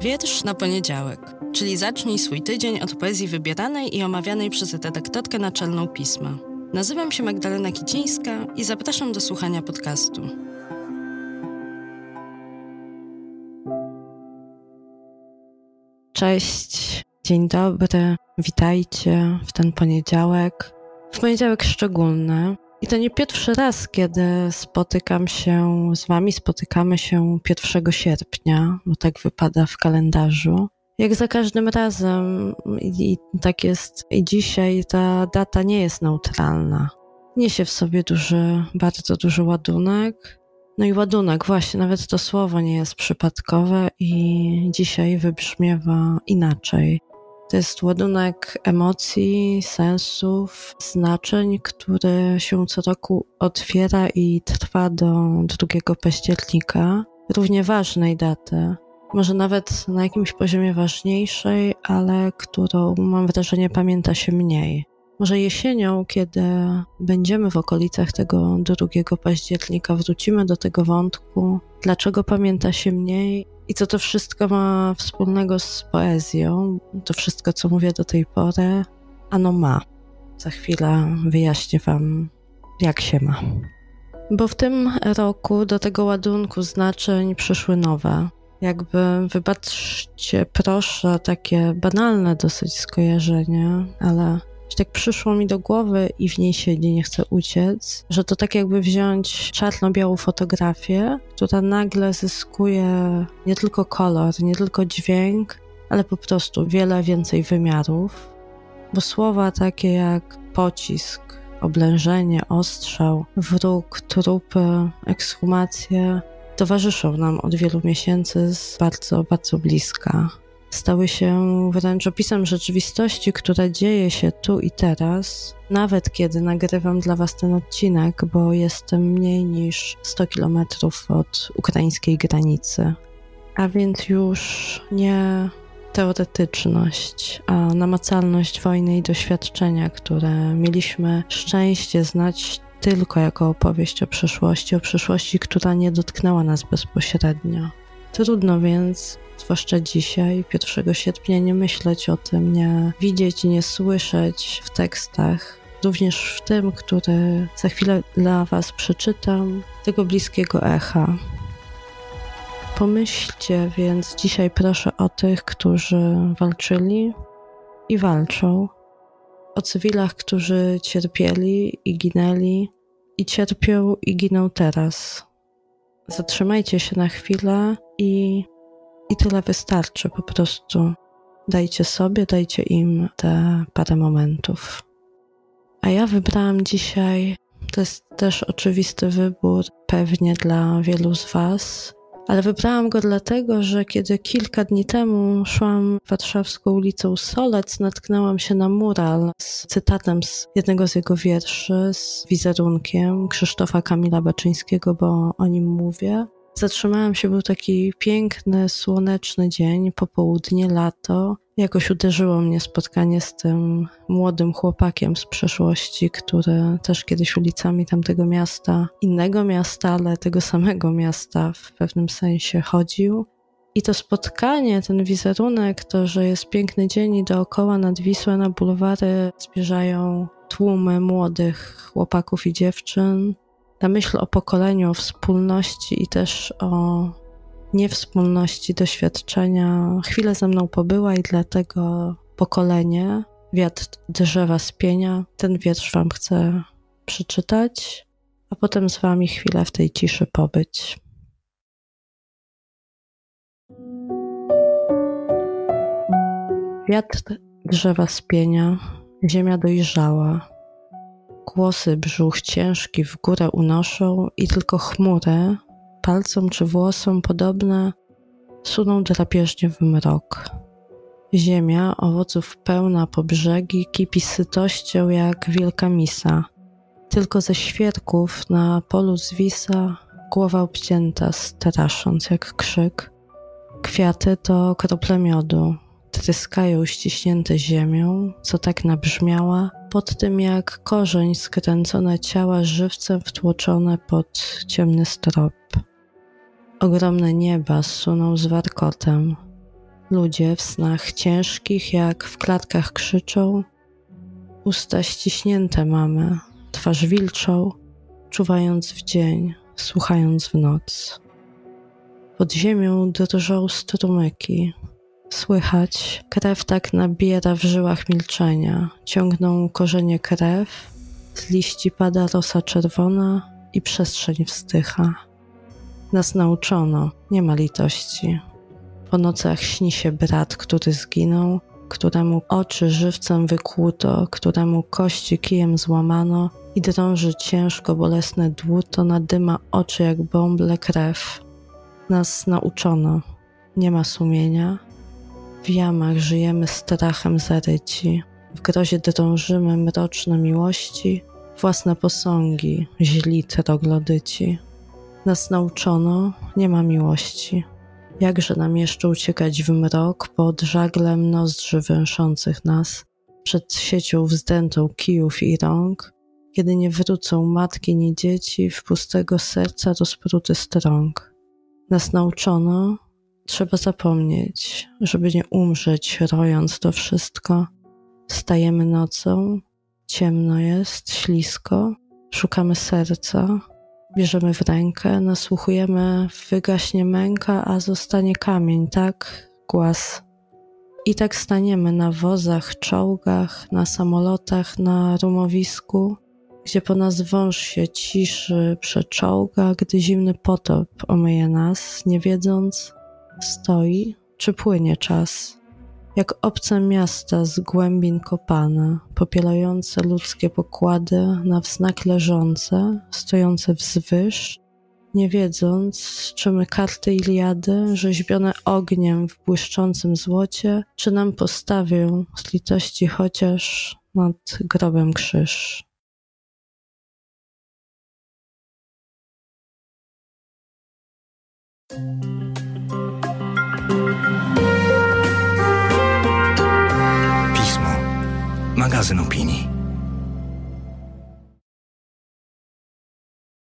Wiersz na poniedziałek, czyli zacznij swój tydzień od poezji wybieranej i omawianej przez redaktorkę naczelną pisma. Nazywam się Magdalena Kicińska i zapraszam do słuchania podcastu. Cześć, dzień dobry, witajcie w ten poniedziałek. W poniedziałek szczególny. I to nie pierwszy raz, kiedy spotykamy się 1 sierpnia, bo tak wypada w kalendarzu. Jak za każdym razem, i tak jest i dzisiaj, ta data nie jest neutralna. Niesie w sobie bardzo duży ładunek. No i ładunek, właśnie, nawet to słowo nie jest przypadkowe i dzisiaj wybrzmiewa inaczej. To jest ładunek emocji, sensów, znaczeń, który się co roku otwiera i trwa do 2 października. Równie ważnej daty, może nawet na jakimś poziomie ważniejszej, ale którą, mam wrażenie, pamięta się mniej. Może jesienią, kiedy będziemy w okolicach tego 2 października, wrócimy do tego wątku, dlaczego pamięta się mniej i co to wszystko ma wspólnego z poezją. To wszystko, co mówię do tej pory, ano ma. Za chwilę wyjaśnię wam, jak się ma. Bo w tym roku do tego ładunku znaczeń przyszły nowe. Wybaczcie proszę takie banalne dosyć skojarzenie, ale tak przyszło mi do głowy i w niej siedzi, nie chcę uciec, że to tak jakby wziąć czarno-białą fotografię, która nagle zyskuje nie tylko kolor, nie tylko dźwięk, ale po prostu wiele więcej wymiarów, bo słowa takie jak pocisk, oblężenie, ostrzał, wróg, trupy, ekshumacje towarzyszą nam od wielu miesięcy z bardzo, bardzo bliska. Stały się wręcz opisem rzeczywistości, która dzieje się tu i teraz, nawet kiedy nagrywam dla was ten odcinek, bo jestem mniej niż 100 kilometrów od ukraińskiej granicy. A więc już nie teoretyczność, a namacalność wojny i doświadczenia, które mieliśmy szczęście znać tylko jako opowieść o przyszłości, która nie dotknęła nas bezpośrednio. Trudno więc, zwłaszcza dzisiaj, 1 sierpnia, nie myśleć o tym, nie widzieć i nie słyszeć w tekstach, również w tym, który za chwilę dla was przeczytam, tego bliskiego echa. Pomyślcie więc dzisiaj proszę o tych, którzy walczyli i walczą, o cywilach, którzy cierpieli i ginęli i cierpią i giną teraz. Zatrzymajcie się na chwilę i tyle wystarczy, po prostu dajcie sobie, dajcie im te parę momentów. A ja wybrałam dzisiaj, to jest też oczywisty wybór pewnie dla wielu z was, ale wybrałam go dlatego, że kiedy kilka dni temu szłam warszawską ulicą Solec, natknęłam się na mural z cytatem z jednego z jego wierszy, z wizerunkiem Krzysztofa Kamila Baczyńskiego, bo o nim mówię. Zatrzymałam się, był taki piękny, słoneczny dzień, popołudnie, lato. Jakoś uderzyło mnie spotkanie z tym młodym chłopakiem z przeszłości, który też kiedyś ulicami tamtego miasta, innego miasta, ale tego samego miasta w pewnym sensie chodził. I to spotkanie, ten wizerunek, to, że jest piękny dzień i dookoła nad Wisłę na bulwary zbierzają tłumy młodych chłopaków i dziewczyn. Ta myśl o pokoleniu, o wspólności i też o niewspólności doświadczenia chwilę ze mną pobyła i dlatego pokolenie, wiatr drzewa spienia, ten wiersz wam chcę przeczytać, a potem z wami chwilę w tej ciszy pobyć. Wiatr drzewa spienia, ziemia dojrzała. Głosy brzuch ciężki w górę unoszą i tylko chmury, palcom czy włosom podobne, suną drapieżnie w mrok. Ziemia, owoców pełna po brzegi, kipi sytością jak wielka misa. Tylko ze świerków na polu zwisa głowa obcięta, strasząc jak krzyk. Kwiaty to krople miodu, tryskają ściśnięte ziemią, co tak nabrzmiała, pod tym jak korzeń skręcone ciała żywcem wtłoczone pod ciemny strop. Ogromne nieba suną z warkotem. Ludzie w snach ciężkich jak w klatkach krzyczą, usta ściśnięte mamy, twarz wilczą, czuwając w dzień, słuchając w noc. Pod ziemią drżą strumyki, słychać, krew tak nabiera w żyłach milczenia, ciągną korzenie krew, z liści pada rosa czerwona i przestrzeń wzdycha. Nas nauczono, nie ma litości. Po nocach śni się brat, który zginął, któremu oczy żywcem wykłuto, któremu kości kijem złamano i drąży ciężko bolesne dłuto, nadyma oczy jak bąble krew. Nas nauczono, nie ma sumienia, w jamach żyjemy strachem zaryci, w grozie drążymy mroczne miłości, własne posągi, źli troglodyci. Nas nauczono, nie ma miłości. Jakże nam jeszcze uciekać w mrok pod żaglem nozdrzy węszących nas, przed siecią wzdętą kijów i rąk, kiedy nie wrócą matki ni dzieci w pustego serca rozpruty strąg. Nas nauczono, trzeba zapomnieć, żeby nie umrzeć, rojąc to wszystko. Wstajemy nocą, ciemno jest, ślisko, szukamy serca, bierzemy w rękę, nasłuchujemy, wygaśnie męka, a zostanie kamień, tak? Głaz. I tak staniemy na wozach, czołgach, na samolotach, na rumowisku, gdzie po nas wąż się ciszy, przeczołga, gdy zimny potop omyje nas, nie wiedząc, stoi czy płynie czas. Jak obce miasta z głębin kopane, popielające ludzkie pokłady na wznak leżące, stojące wzwyż, nie wiedząc, czy my karty Iliady, rzeźbione ogniem w błyszczącym złocie, czy nam postawią z litości chociaż nad grobem krzyż. Magazyn opinii.